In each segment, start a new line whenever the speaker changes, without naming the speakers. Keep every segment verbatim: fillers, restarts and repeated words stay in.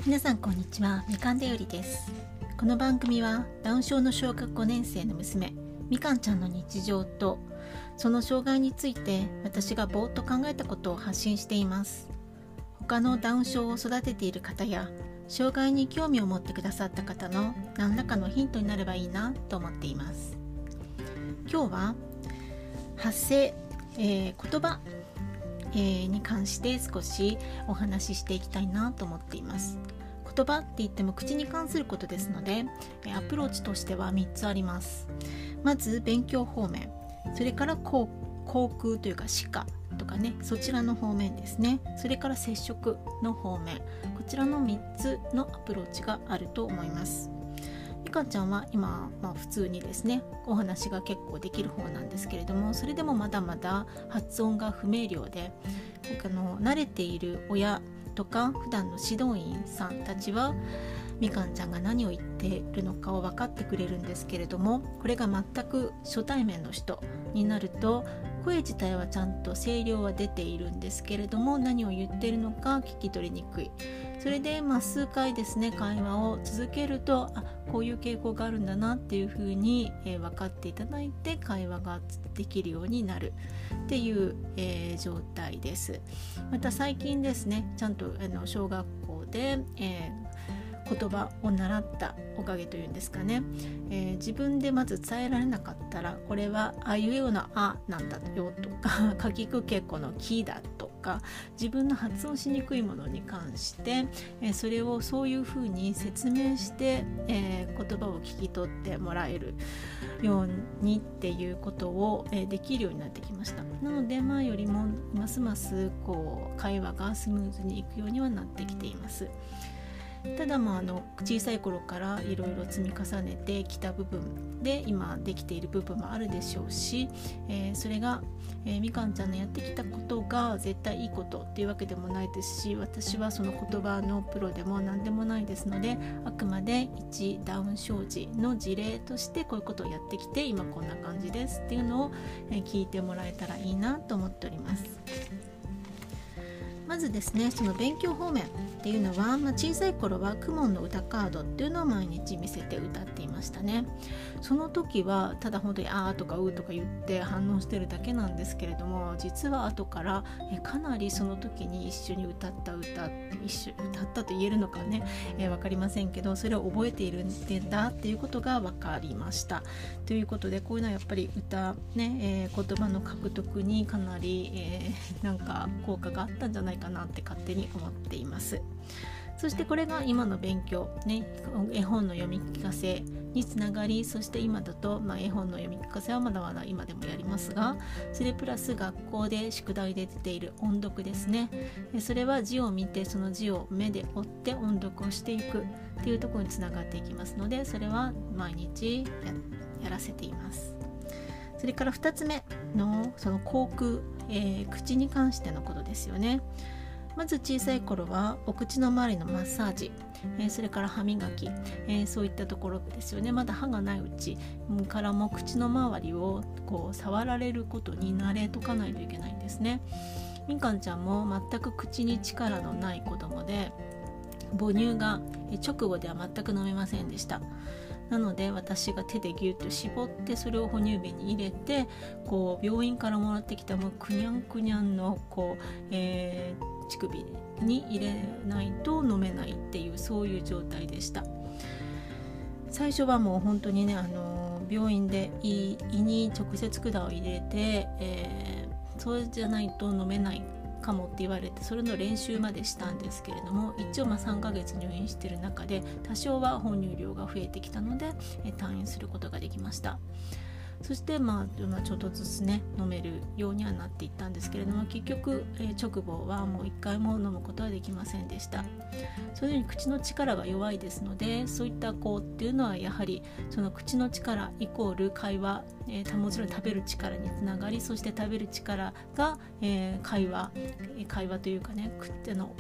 皆さんこんにちは、みかんでよりです。この番組はダウン症の小学ごねん生の娘みかんちゃんの日常とその障害について私がぼーっと考えたことを発信しています。他のダウン症を育てている方や障害に興味を持ってくださった方の何らかのヒントになればいいなと思っています。今日は発声、えー、言葉えー、に関して少しお話ししていきたいなと思っています。言葉って言っても口に関することですので、アプローチとしてはみっつあります。まず勉強方面、それから航空というか歯科とかね、そちらの方面ですね。それから接触の方面、こちらのみっつのアプローチがあると思います。みかんちゃんは今、まあ、普通にですねお話が結構できる方なんですけれども、それでもまだまだ発音が不明瞭で、あの慣れている親とか普段の指導員さんたちはみかんちゃんが何を言っているのかを分かってくれるんですけれども、これが全く初対面の人になると声自体はちゃんと声量は出ているんですけれども、何を言っているのか聞き取りにくい。それで、まあ、数回ですね会話を続けると、あ、こういう傾向があるんだなっていうふうに、えー、分かっていただいて会話ができるようになるっていう、えー、状態です。また最近ですねちゃんとあの小学校で、えー言葉を習ったおかげというんですかね、えー、自分でまず伝えられなかったら、これはあいうえおのあなんだよとか、かきくけこのきだとか、自分の発音しにくいものに関して、えー、それをそういうふうに説明して、えー、言葉を聞き取ってもらえるようにっていうことを、えー、できるようになってきました。なので前よりもますますこう会話がスムーズにいくようにはなってきています。ただ、まあ、あの小さい頃からいろいろ積み重ねてきた部分で今できている部分もあるでしょうし、えー、それが、えー、みかんちゃんのやってきたことが絶対いいことっていうわけでもないですし、私はその言葉のプロでも何でもないですので、あくまで一ダウン症児の事例としてこういうことをやってきて今こんな感じですっていうのを、えー、聞いてもらえたらいいなと思っております。まずですね、その勉強方面っていうのは、まあ、小さい頃はクモンの歌カードっていうのを毎日見せて歌っていましたね。その時はただ本当にあーとかうーとか言って反応してるだけなんですけれども、実は後からえかなりその時に一緒に歌った歌一緒歌ったと言えるのかね、えー、分かりませんけど、それを覚えているんだっていうことが分かりました。ということで、こういうのはやっぱり歌ね、えー、言葉の獲得にかなり、えー、なんか効果があったんじゃないかなって勝手に思っています。そしてこれが今の勉強、ね、絵本の読み聞かせにつながり、そして今だと、まあ、絵本の読み聞かせはまだまだ今でもやりますが、それプラス学校で宿題で出ている音読ですね。それは字を見てその字を目で追って音読をしていくっていうところにつながっていきますので、それは毎日 や, やらせています。それからふたつめのその口腔、えー、口に関してのことですよね。まず小さい頃はお口の周りのマッサージ、えー、それから歯磨き、えー、そういったところですよね。まだ歯がないうちからも口の周りをこう触られることに慣れとかないといけないんですね。みかんちゃんも全く口に力のない子供で、母乳が直後では全く飲めませんでした。なので私が手でギュッと絞ってそれを哺乳瓶に入れて、こう病院からもらってきたもうくにゃんくにゃんのこう、えー乳首に入れないと飲めないっていう、そういう状態でした。最初はもう本当にね、あの病院で胃, 胃に直接管を入れて、えー、それじゃないと飲めないかもって言われて、それの練習までしたんですけれども、一応まあさんかげつ入院している中で多少は哺乳量が増えてきたので、え退院することができました。そして、まあ、ちょっとずつね飲めるようにはなっていったんですけれども、結局、えー、直後はもういっかいも飲むことはできませんでした。そういうように口の力が弱いですので、そういった子っていうのはやはりその口の力イコール会話、えー、もちろん食べる力につながり、そして食べる力が、えー、会話会話というかね、あの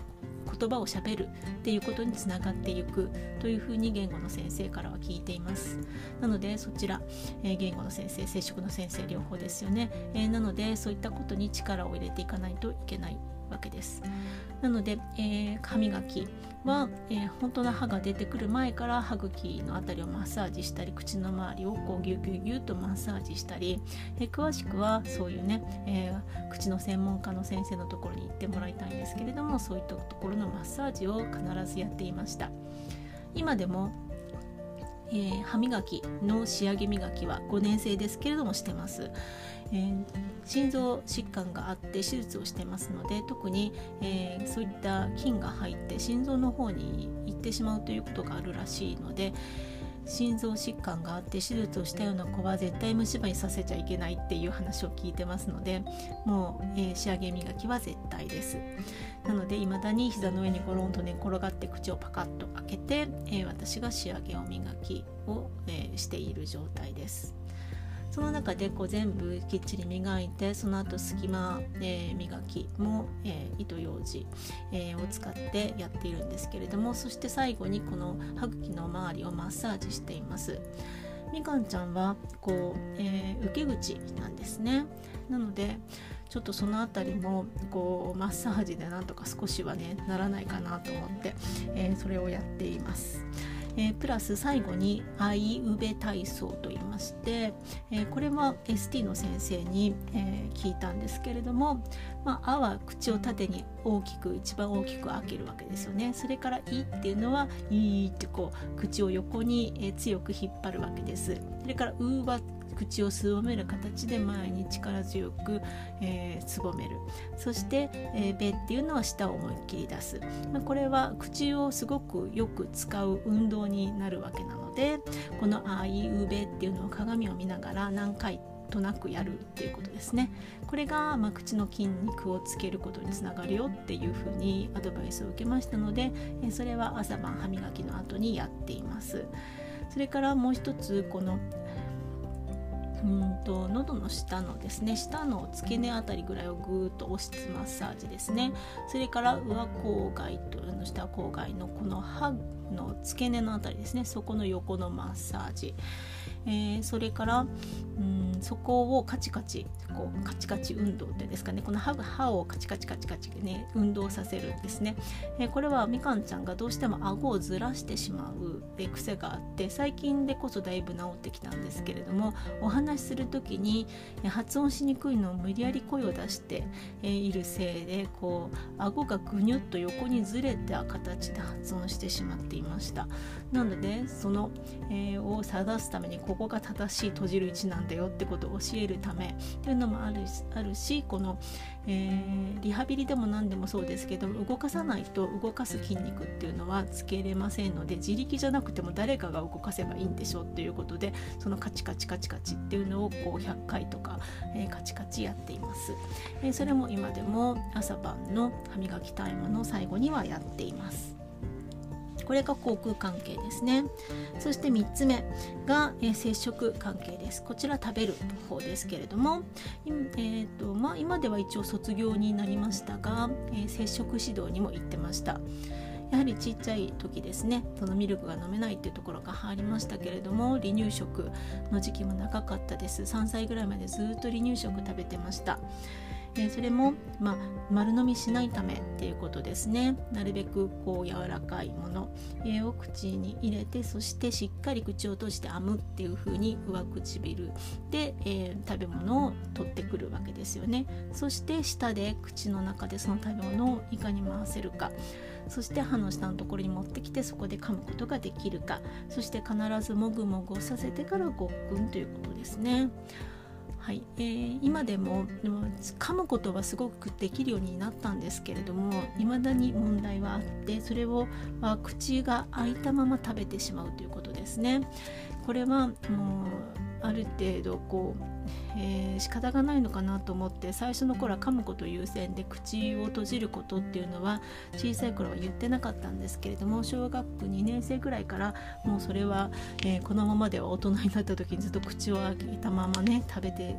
言葉をしゃべるっていうことにつながっていくというふうに言語の先生からは聞いています。なのでそちら、えー、言語の先生、接触の先生両方ですよね、えー、なのでそういったことに力を入れていかないといけないわけです。なので、えー、歯磨きは、えー、本当の歯が出てくる前から歯茎のあたりをマッサージしたり、口の周りをこうギュギュギュとマッサージしたり、えー、詳しくはそういうね、えー、口の専門家の先生のところに行ってもらいたいんですけれども、そういったところのマッサージを必ずやっていました。今でもえー、歯磨きの仕上げ磨きはごねん生ですけれどもしてます。えー、心臓疾患があって手術をしてますので、特に、えー、そういった菌が入って心臓の方に行ってしまうということがあるらしいので、心臓疾患があって手術をしたような子は絶対虫歯にさせちゃいけないっていう話を聞いてますので、もう、えー、仕上げ磨きは絶対です。なので未だに膝の上にゴロンと寝転がって口をパカッと開けて、えー、私が仕上げを磨きを、えー、している状態です。その中でこう全部きっちり磨いて、その後隙間、えー、磨きも、えー、糸ようじ、えー、を使ってやっているんですけれども、そして最後にこの歯茎の周りをマッサージしています。みかんちゃんはこう、えー、受け口なんですね。なのでちょっとそのあたりもこうマッサージでなんとか少しはねならないかなと思って、えー、それをやっています。えー、プラス最後にあいうべ体操と言いまして、えー、これは エスティー の先生に、えー、聞いたんですけれども、まあ、あは口を縦に大きく一番大きく開けるわけですよね。それからいっていうのはいってこう口を横に、えー、強く引っ張るわけです。それからうは口をすぼめる形で前に力強く、えー、すぼめる。そして、えー、べっていうのは舌を思いっきり出す。まあ、これは口をすごくよく使う運動になるわけなので、このあいうべっていうのを鏡を見ながら何回となくやるっていうことですね。これが、まあ、口の筋肉をつけることにつながるよっていうふうにアドバイスを受けましたので、えー、それは朝晩歯磨きの後にやっています。それからもう一つ、このうんと喉の下のですね、下の付け根あたりぐらいをぐーっと押しマッサージですね。それから上口蓋との下口蓋のこの歯の付け根のあたりですね、そこの横のマッサージ、えー、それからうんそこをカチカチこうカチカチ運動ってですかね、この 歯, 歯をカチカチカチカチね運動させるんですね。えー、これはみかんちゃんがどうしても顎をずらしてしまうで癖があって、最近でこそだいぶ治ってきたんですけれども、お話しするときに発音しにくいのを無理やり声を出しているせいで、こう顎がぐにゅっと横にずれた形で発音してしまっていました。なのでその、えー、を正すためにここが正しい閉じる位置なんだよってことを教えるためというのもある、あるし、この、えー、リハビリでも何でもそうですけども、動かさないと動かす筋肉っていうのはつけれませんので、自力じゃなくても誰かが動かせばいいんでしょうということで、そのカチカチカチカチっていうのをこうひゃっかいとか、えー、カチカチやっています。えー、それも今でも朝晩の歯磨きタイムの最後にはやっています。これが口腔関係ですね。そしてみっつめが、えー、接触関係です。こちら食べる方ですけれども、えーとまあ、今では一応卒業になりましたが、えー、接触指導にも行ってました。やはりちっちゃい時ですね、そのミルクが飲めないっていうところがありましたけれども、離乳食の時期も長かったです。さんさいぐらいまでずっと離乳食食べてました。えー、それも、まあ、丸飲みしないためっていうことですね。なるべくこう柔らかいもの、えー、を口に入れて、そしてしっかり口を閉じて編むっていう風に上唇で、えー、食べ物を取ってくるわけですよね。そして舌で口の中でその食べ物をいかに回せるか、そして歯の下のところに持ってきてそこで噛むことができるか、そして必ずもぐもぐをさせてからごっくんということですね。はい、えー、今でも、でも噛むことはすごくできるようになったんですけれども、未だに問題はあって、それを、まあ、口が開いたまま食べてしまうということですね。これはもうある程度こう、えー、仕方がないのかなと思って、最初の頃は噛むこと優先で口を閉じることっていうのは小さい頃は言ってなかったんですけれども、小学にねん生ぐらいからもうそれは、えー、このままでは大人になった時にずっと口を開けたままね食べて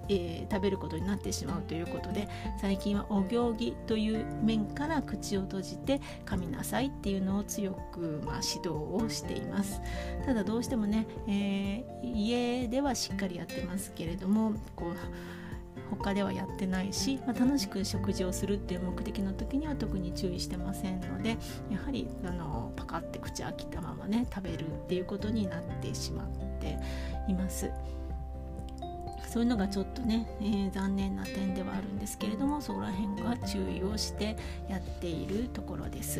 えー、食べることになってしまうということで、最近はお行儀という面から口を閉じて噛みなさいっていうのを強く、まあ、指導をしています。ただどうしてもね、えー、家ではしっかりやってますけれども、こう他ではやってないし、まあ、楽しく食事をするっていう目的の時には特に注意してませんので、やはりあのパカって口開けたままね食べるっていうことになってしまっています。そういうのがちょっとね、えー、残念な点ではあるんですけれども、そこら辺が注意をしてやっているところです。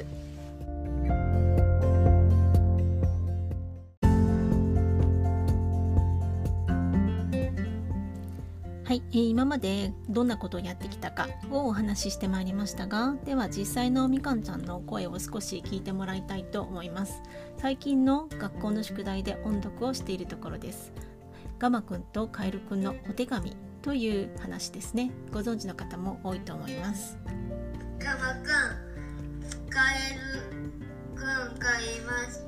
はい、えー、今までどんなことをやってきたかをお話ししてまいりましたが、では実際のみかんちゃんの声を少し聞いてもらいたいと思います。最近の学校の宿題で音読をしているところです。ガマくんとカエルくんのお手紙という話ですね。ご存知の方も多いと思います。
ガマくん、カエルくん買いました。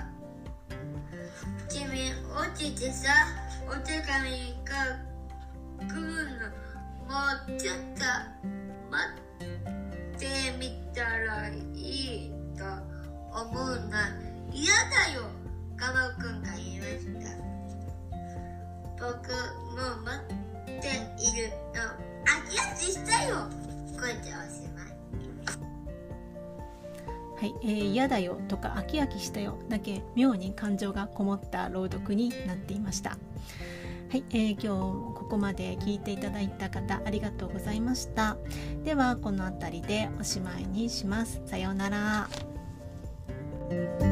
君起きてさ、お手紙が来るのもうちょっと待ってみたらいいと思うな。嫌だよ、ガマくんが言いました。僕も待っているの飽き飽きしたよ。これでおしまい。
はい、えー、嫌だよとか飽き飽きしたよだけ妙に感情がこもった朗読になっていました。はい、えー、今日ここまで聞いていただいた方ありがとうございました。ではこのあたりでおしまいにします。さようなら。